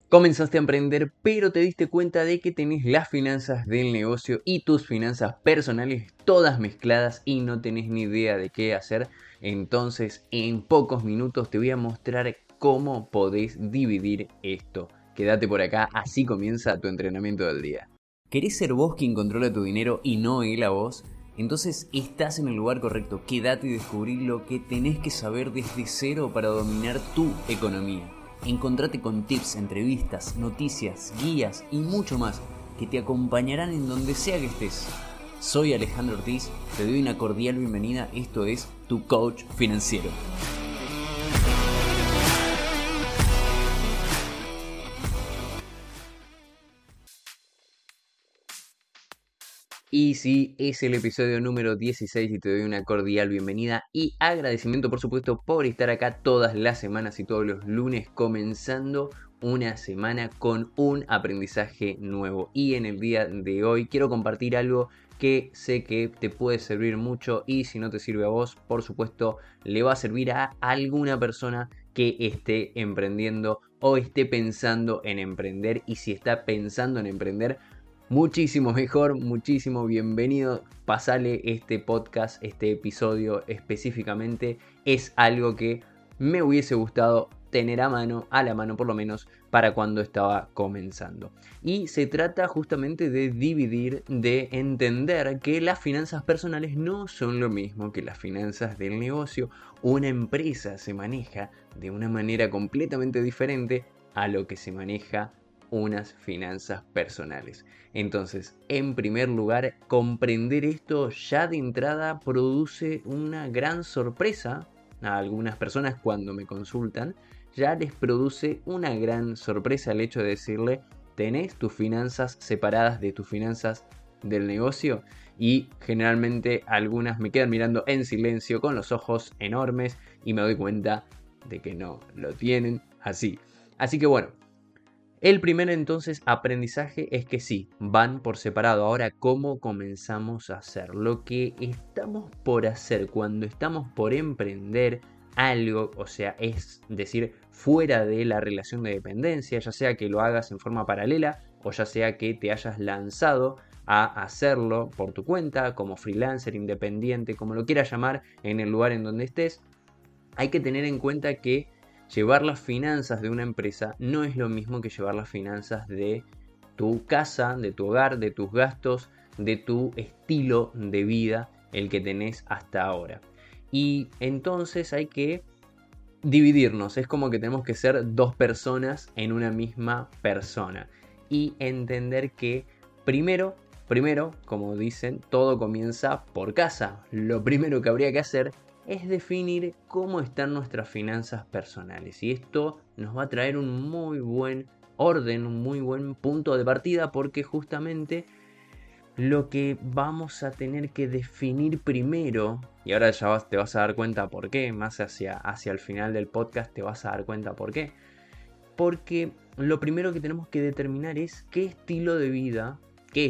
Comenzaste a emprender, pero te diste cuenta de que tenés las finanzas del negocio y tus finanzas personales todas mezcladas y no tenés ni idea de qué hacer. Entonces, en pocos minutos te voy a mostrar cómo podés dividir esto. Quédate por acá, así comienza tu entrenamiento del día. ¿Querés ser vos quien controla tu dinero y no él a vos? Entonces estás en el lugar correcto. Quédate y descubrí lo que tenés que saber desde cero para dominar tu economía. Encontrate con tips, entrevistas, noticias, guías y mucho más que te acompañarán en donde sea que estés. Soy Alejandro Ortiz, te doy una cordial bienvenida, esto es Tu Coach Financiero. Y sí, es el episodio número 16 y te doy una cordial bienvenida y agradecimiento por supuesto por estar acá todas las semanas y todos los lunes comenzando una semana con un aprendizaje nuevo. Y en el día de hoy quiero compartir algo que sé que te puede servir mucho y si no te sirve a vos, por supuesto, le va a servir a alguna persona que esté emprendiendo o esté pensando en emprender. Y si está pensando en emprender, muchísimo mejor, muchísimo bienvenido. Pasale este podcast, este episodio específicamente. Es algo que me hubiese gustado tener a la mano por lo menos, para cuando estaba comenzando. Y se trata justamente de dividir, de entender que las finanzas personales no son lo mismo que las finanzas del negocio. Una empresa se maneja de una manera completamente diferente a lo que se maneja unas finanzas personales. Entonces, en primer lugar, comprender esto ya de entrada produce una gran sorpresa a algunas personas cuando me consultan. Ya les produce una gran sorpresa el hecho de decirle: ¿tenés tus finanzas separadas de tus finanzas del negocio? Y generalmente algunas me quedan mirando en silencio con los ojos enormes y me doy cuenta de que no lo tienen así. Así que bueno, el primer entonces aprendizaje es que sí, van por separado. Ahora, ¿cómo comenzamos a hacer? Lo que estamos por hacer cuando estamos por emprender algo, o sea, es decir, fuera de la relación de dependencia, ya sea que lo hagas en forma paralela o ya sea que te hayas lanzado a hacerlo por tu cuenta, como freelancer, independiente, como lo quieras llamar, en el lugar en donde estés, hay que tener en cuenta que llevar las finanzas de una empresa no es lo mismo que llevar las finanzas de tu casa, de tu hogar, de tus gastos, de tu estilo de vida, el que tenés hasta ahora. Y entonces hay que dividirnos, es como que tenemos que ser dos personas en una misma persona. Y entender que primero, como dicen, todo comienza por casa. Lo primero que habría que hacer es definir cómo están nuestras finanzas personales. Y esto nos va a traer un muy buen orden, un muy buen punto de partida, porque justamente lo que vamos a tener que definir primero, y ahora ya te vas a dar cuenta por qué, más hacia el final del podcast te vas a dar cuenta por qué. Porque lo primero que tenemos que determinar es qué estilo de vida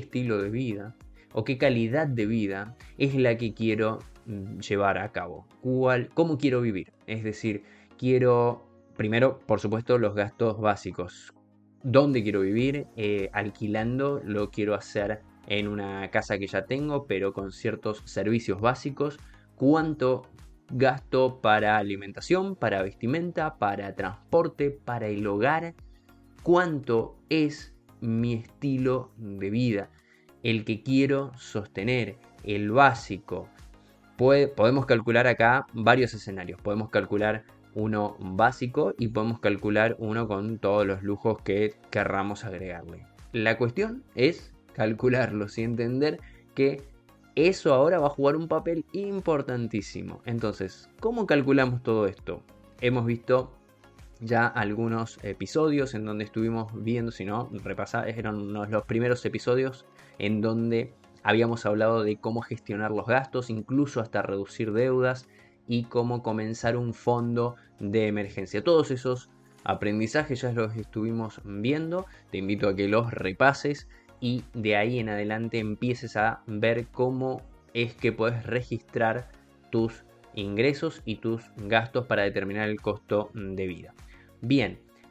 o qué calidad de vida es la que quiero llevar a cabo. ¿Cómo quiero vivir? Es decir, quiero, primero, por supuesto, los gastos básicos. ¿Dónde quiero vivir? Alquilando, lo quiero hacer en una casa que ya tengo, pero con ciertos servicios básicos. ¿Cuánto gasto para alimentación, para vestimenta, para transporte, para el hogar? ¿Cuánto es mi estilo de vida? El que quiero sostener, el básico. Podemos calcular acá varios escenarios. Podemos calcular uno básico y podemos calcular uno con todos los lujos que querramos agregarle. La cuestión es calcularlos y entender que eso ahora va a jugar un papel importantísimo. Entonces, ¿cómo calculamos todo esto? Hemos visto ya algunos episodios en donde estuvimos viendo, si no, eran los primeros episodios en donde habíamos hablado de cómo gestionar los gastos, incluso hasta reducir deudas y cómo comenzar un fondo de emergencia. Todos esos aprendizajes ya los estuvimos viendo, te invito a que los repases y de ahí en adelante empieces a ver cómo es que puedes registrar tus ingresos y tus gastos para determinar el costo de vida. Bien,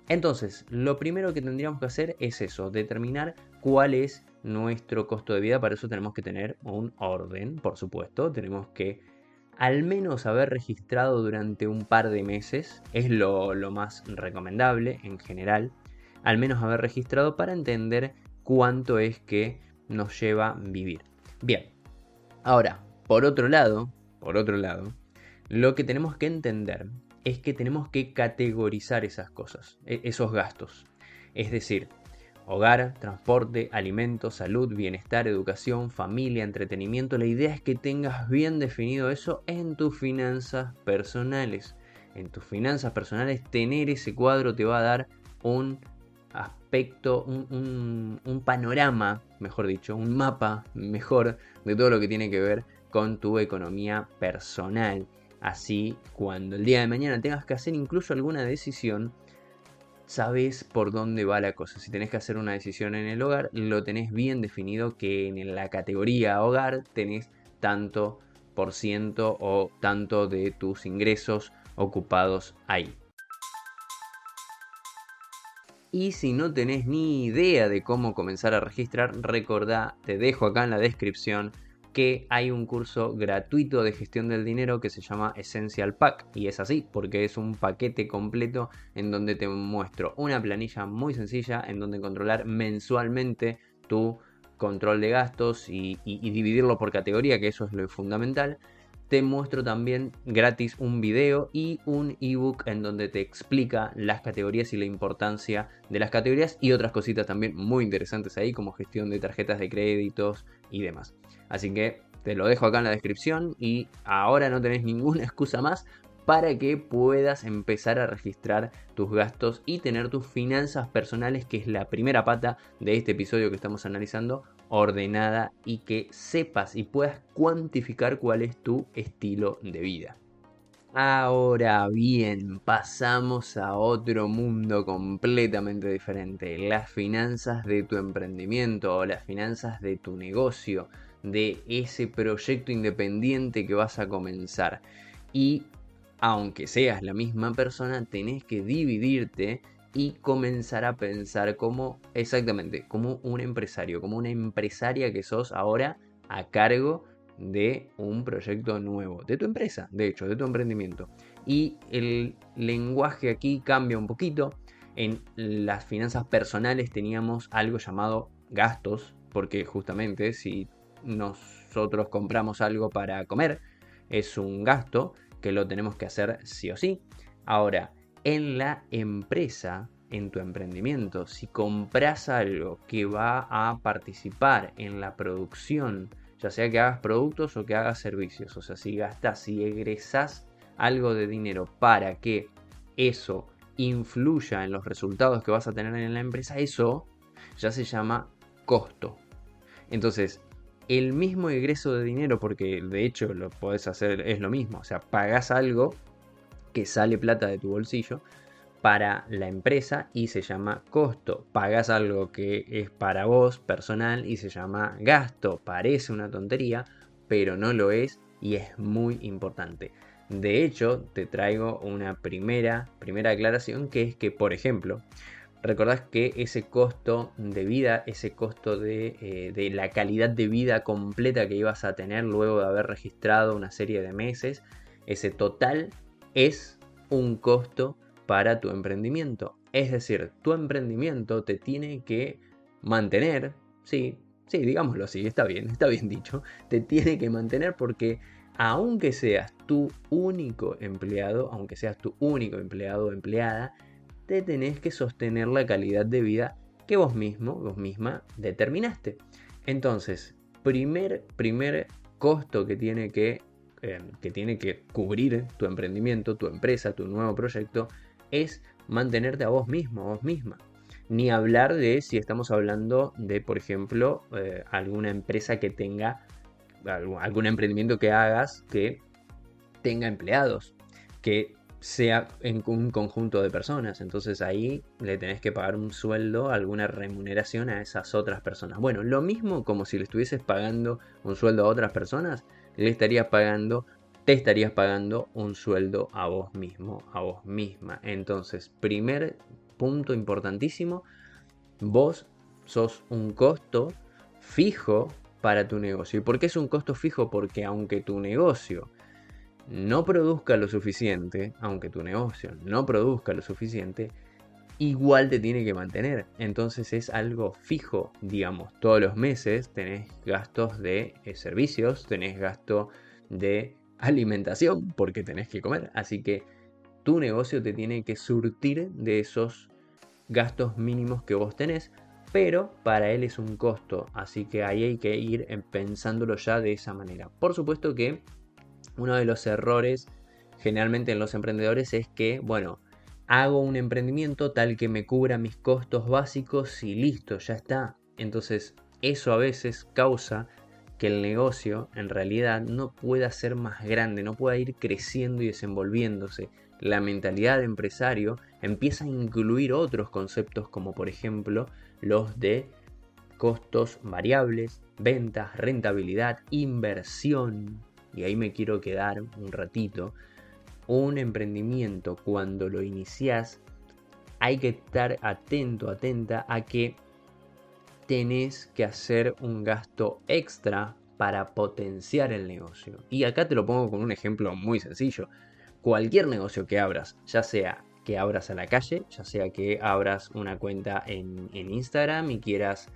Entonces, lo primero que tendríamos que hacer es eso, determinar cuál es nuestro costo de vida. Para eso tenemos que tener un orden, por supuesto. Tenemos que al menos haber registrado durante un par de meses, es lo más recomendable en general, al menos haber registrado para entender cuánto es que nos lleva vivir. Bien, ahora, por otro lado, lo que tenemos que entender es que tenemos que categorizar esas cosas, esos gastos. Es decir, hogar, transporte, alimentos, salud, bienestar, educación, familia, entretenimiento. La idea es que tengas bien definido eso en tus finanzas personales. En tus finanzas personales tener ese cuadro te va a dar un aspecto, un panorama, mejor dicho, un mapa mejor de todo lo que tiene que ver con tu economía personal. Así, cuando el día de mañana tengas que hacer incluso alguna decisión, sabes por dónde va la cosa. Si tenés que hacer una decisión en el hogar, lo tenés bien definido, que en la categoría hogar tenés tanto por ciento o tanto de tus ingresos ocupados ahí. Y si no tenés ni idea de cómo comenzar a registrar, recordá, te dejo acá en la descripción que hay un curso gratuito de gestión del dinero que se llama Essential Pack. Y es así, porque es un paquete completo en donde te muestro una planilla muy sencilla en donde controlar mensualmente tu control de gastos y dividirlo por categoría, que eso es lo fundamental. Te muestro también gratis un video y un ebook en donde te explica las categorías y la importancia de las categorías y otras cositas también muy interesantes ahí, como gestión de tarjetas de créditos y demás. Así que te lo dejo acá en la descripción y ahora no tenés ninguna excusa más para que puedas empezar a registrar tus gastos y tener tus finanzas personales, que es la primera pata de este episodio que estamos analizando, ordenada, y que sepas y puedas cuantificar cuál es tu estilo de vida. Ahora bien, pasamos a otro mundo completamente diferente, las finanzas de tu emprendimiento o las finanzas de tu negocio, de ese proyecto independiente que vas a comenzar. Y aunque seas la misma persona, tenés que dividirte y comenzar a pensar como, exactamente, como un empresario, como una empresaria que sos ahora a cargo de un proyecto nuevo, de tu empresa, de hecho, de tu emprendimiento. Y el lenguaje aquí cambia un poquito. En las finanzas personales teníamos algo llamado gastos, porque justamente si nosotros compramos algo para comer, es un gasto que lo tenemos que hacer sí o sí. Ahora, en la empresa, en tu emprendimiento, si compras algo que va a participar en la producción, ya sea que hagas productos o que hagas servicios, o sea, si gastas, si egresás algo de dinero para que eso influya en los resultados que vas a tener en la empresa, eso ya se llama costo. Entonces, el mismo egreso de dinero, porque de hecho lo podés hacer, es lo mismo, o sea, pagás algo que sale plata de tu bolsillo para la empresa y se llama costo. Pagás algo que es para vos personal y se llama gasto. Parece una tontería, pero no lo es y es muy importante. De hecho, te traigo una primera aclaración, que es que, por ejemplo, recordás que ese costo de vida, ese costo de la calidad de vida completa que ibas a tener luego de haber registrado una serie de meses, ese total es un costo para tu emprendimiento. Es decir, tu emprendimiento te tiene que mantener, sí, digámoslo así, está bien dicho, te tiene que mantener porque aunque seas tu único empleado, o empleada, te tenés que sostener la calidad de vida que vos misma determinaste. Entonces, primer costo que tiene que cubrir tu emprendimiento, tu empresa, tu nuevo proyecto, es mantenerte a vos mismo, a vos misma. Ni hablar de si estamos hablando de, por ejemplo, alguna empresa que tenga, algún emprendimiento que hagas que tenga empleados, que sea en un conjunto de personas. Entonces ahí le tenés que pagar un sueldo, alguna remuneración a esas otras personas. Bueno, lo mismo como si le estuvieses pagando un sueldo a otras personas, te estarías pagando un sueldo a vos mismo, a vos misma. Entonces, primer punto importantísimo, vos sos un costo fijo para tu negocio. ¿Y por qué es un costo fijo? Porque aunque tu negocio no produzca lo suficiente, igual te tiene que mantener. Entonces es algo fijo, digamos, todos los meses tenés gastos de servicios, tenés gasto de alimentación porque tenés que comer. Así que tu negocio te tiene que surtir de esos gastos mínimos que vos tenés, pero para él es un costo. Así que ahí hay que ir pensándolo ya de esa manera. Por supuesto que uno de los errores generalmente en los emprendedores es que, bueno, hago un emprendimiento tal que me cubra mis costos básicos y listo, ya está. Entonces eso a veces causa que el negocio en realidad no pueda ser más grande, no pueda ir creciendo y desenvolviéndose. La mentalidad de empresario empieza a incluir otros conceptos como por ejemplo los de costos variables, ventas, rentabilidad, inversión. Y ahí me quiero quedar un ratito. Un emprendimiento, cuando lo iniciás, hay que estar atento, atenta a que tenés que hacer un gasto extra para potenciar el negocio. Y acá te lo pongo con un ejemplo muy sencillo. Cualquier negocio que abras, ya sea que abras a la calle, ya sea que abras una cuenta en Instagram y quieras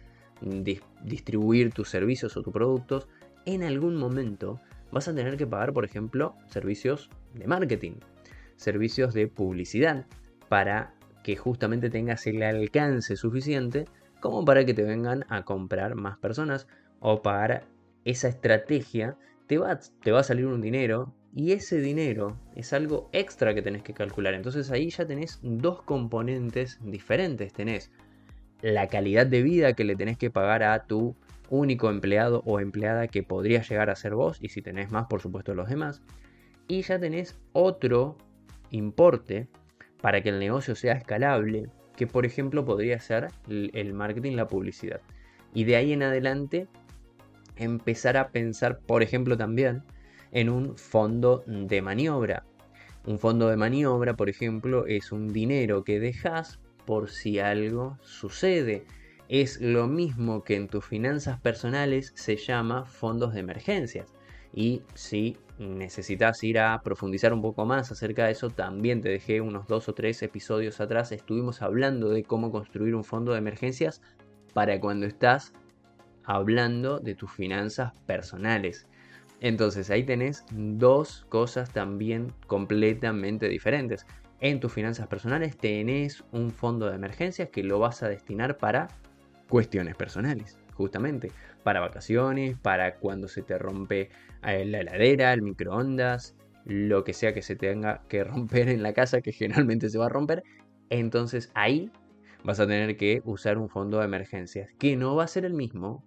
distribuir tus servicios o tus productos, en algún momento vas a tener que pagar, por ejemplo, servicios de marketing, servicios de publicidad, para que justamente tengas el alcance suficiente como para que te vengan a comprar más personas o pagar esa estrategia. Te va a salir un dinero y ese dinero es algo extra que tenés que calcular. Entonces ahí ya tenés dos componentes diferentes. Tenés la calidad de vida que le tenés que pagar a tu único empleado o empleada que podría llegar a ser vos, y si tenés más, por supuesto, los demás. Y ya tenés otro importe para que el negocio sea escalable, que por ejemplo podría ser el marketing, la publicidad. Y de ahí en adelante empezar a pensar, por ejemplo, también en un fondo de maniobra. Un fondo de maniobra, por ejemplo, es un dinero que dejas por si algo sucede. Es lo mismo que en tus finanzas personales se llama fondos de emergencias. Y si necesitas ir a profundizar un poco más acerca de eso, también te dejé unos 2 o 3 episodios atrás. Estuvimos hablando de cómo construir un fondo de emergencias para cuando estás hablando de tus finanzas personales. Entonces ahí tenés dos cosas también completamente diferentes. En tus finanzas personales tenés un fondo de emergencias que lo vas a destinar para cuestiones personales, justamente, para vacaciones, para cuando se te rompe la heladera, el microondas, lo que sea que se tenga que romper en la casa, que generalmente se va a romper. Entonces ahí vas a tener que usar un fondo de emergencias, que no va a ser el mismo,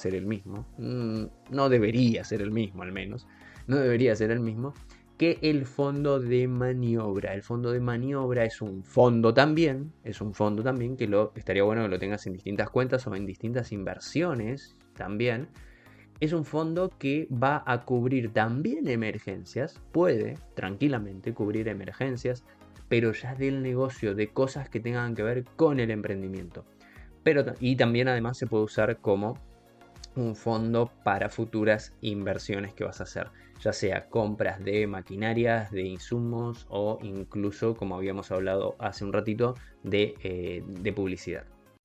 no debería ser el mismo al menos, no debería ser el mismo que el fondo de maniobra. El fondo de maniobra es un fondo también, que estaría bueno que lo tengas en distintas cuentas o en distintas inversiones también. Es un fondo que va a cubrir también emergencias, puede tranquilamente cubrir emergencias, pero ya del negocio, de cosas que tengan que ver con el emprendimiento. Y también además se puede usar como un fondo para futuras inversiones que vas a hacer, ya sea compras de maquinarias, de insumos o incluso, como habíamos hablado hace un ratito, de publicidad.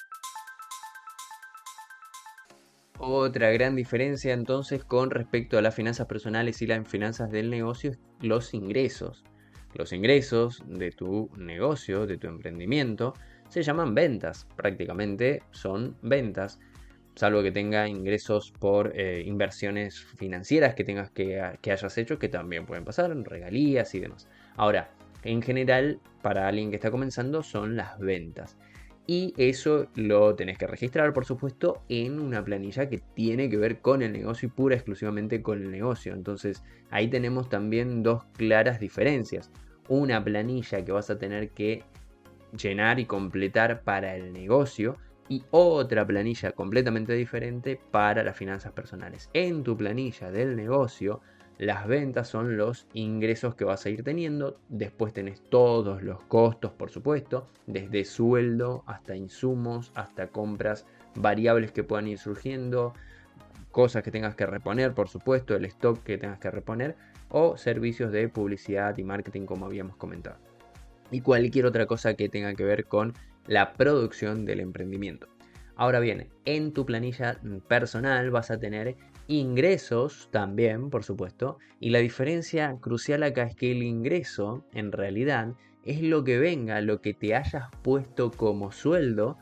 Otra gran diferencia entonces con respecto a las finanzas personales y las finanzas del negocio es los ingresos. Los ingresos de tu negocio, de tu emprendimiento, se llaman ventas. Prácticamente son ventas, salvo que tenga ingresos por inversiones financieras que hayas hecho, que también pueden pasar, regalías y demás. Ahora, en general, para alguien que está comenzando, son las ventas. Y eso lo tenés que registrar, por supuesto, en una planilla que tiene que ver con el negocio y pura exclusivamente con el negocio. Entonces, ahí tenemos también dos claras diferencias. Una planilla que vas a tener que llenar y completar para el negocio y otra planilla completamente diferente para las finanzas personales. En tu planilla del negocio Las ventas son los ingresos que vas a ir teniendo. Después tenés todos los costos, por supuesto, desde sueldo hasta insumos, hasta compras variables que puedan ir surgiendo, cosas que tengas que reponer, por supuesto, el stock que tengas que reponer, o servicios de publicidad y marketing, como habíamos comentado. Y cualquier otra cosa que tenga que ver con la producción del emprendimiento. Ahora bien, en tu planilla personal vas a tener ingresos también, por supuesto, y la diferencia crucial acá es que el ingreso, en realidad, es lo que venga, lo que te hayas puesto como sueldo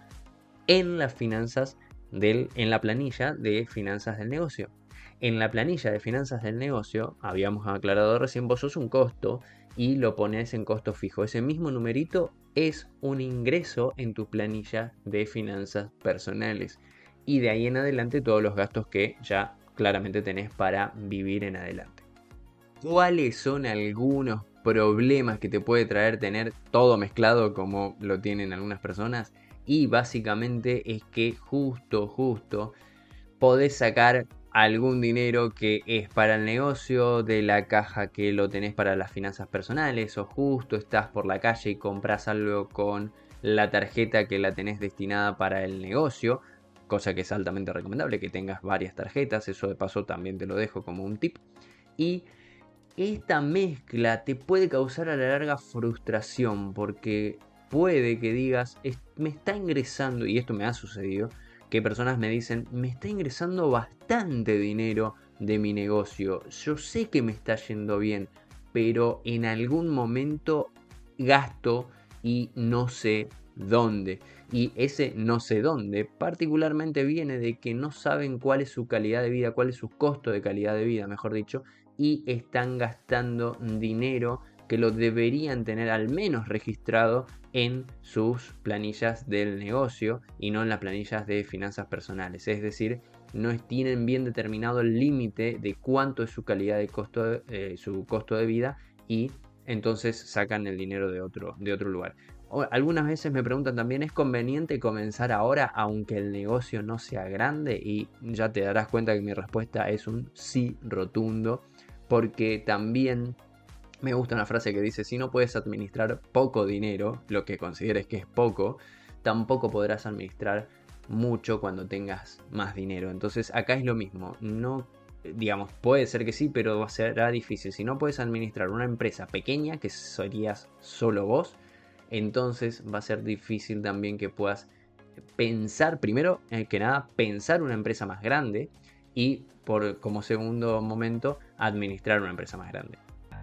en las finanzas en la planilla de finanzas del negocio. En la planilla de finanzas del negocio, habíamos aclarado recién, vos sos un costo y lo pones en costo fijo. Ese mismo numerito es un ingreso en tu planilla de finanzas personales. Y de ahí en adelante todos los gastos que ya claramente tenés para vivir en adelante. ¿Cuáles son algunos problemas que te puede traer tener todo mezclado como lo tienen algunas personas? Y básicamente es que justo podés sacar algún dinero que es para el negocio de la caja que lo tenés para las finanzas personales, o justo estás por la calle y compras algo con la tarjeta que la tenés destinada para el negocio, cosa que es altamente recomendable que tengas varias tarjetas. Eso de paso también te lo dejo como un tip. Y esta mezcla te puede causar a la larga frustración, porque puede que digas, me está ingresando, y esto me ha sucedido, que personas me dicen, me está ingresando bastante dinero de mi negocio, yo sé que me está yendo bien, pero en algún momento gasto y no sé dónde. Y ese no sé dónde particularmente viene de que no saben cuál es su calidad de vida, cuál es su costo de calidad de vida, mejor dicho, y están gastando dinero que lo deberían tener al menos registrado en sus planillas del negocio y no en las planillas de finanzas personales. Es decir, no tienen bien determinado el límite de cuánto es su calidad de costo, su costo de vida, y entonces sacan el dinero de otro lugar. Algunas veces me preguntan también, ¿es conveniente comenzar ahora aunque el negocio no sea grande? Y ya te darás cuenta que mi respuesta es un sí rotundo, porque también me gusta una frase que dice, si no puedes administrar poco dinero, lo que consideres que es poco, tampoco podrás administrar mucho cuando tengas más dinero. Entonces acá es lo mismo, no, digamos, puede ser que sí, pero será difícil. Si no puedes administrar una empresa pequeña, que serías solo vos, entonces va a ser difícil también que puedas pensar, primero que nada, pensar una empresa más grande, y como segundo momento, administrar una empresa más grande.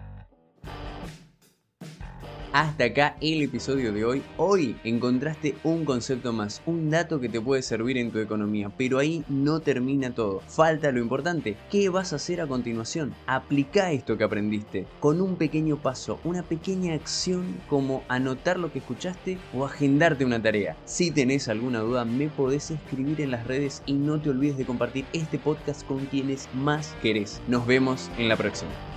Hasta acá el episodio de hoy. Hoy encontraste un concepto más, un dato que te puede servir en tu economía, pero ahí no termina todo. Falta lo importante. ¿Qué vas a hacer a continuación? Aplica esto que aprendiste con un pequeño paso, una pequeña acción, como anotar lo que escuchaste o agendarte una tarea. Si tenés alguna duda, me podés escribir en las redes y no te olvides de compartir este podcast con quienes más querés. Nos vemos en la próxima.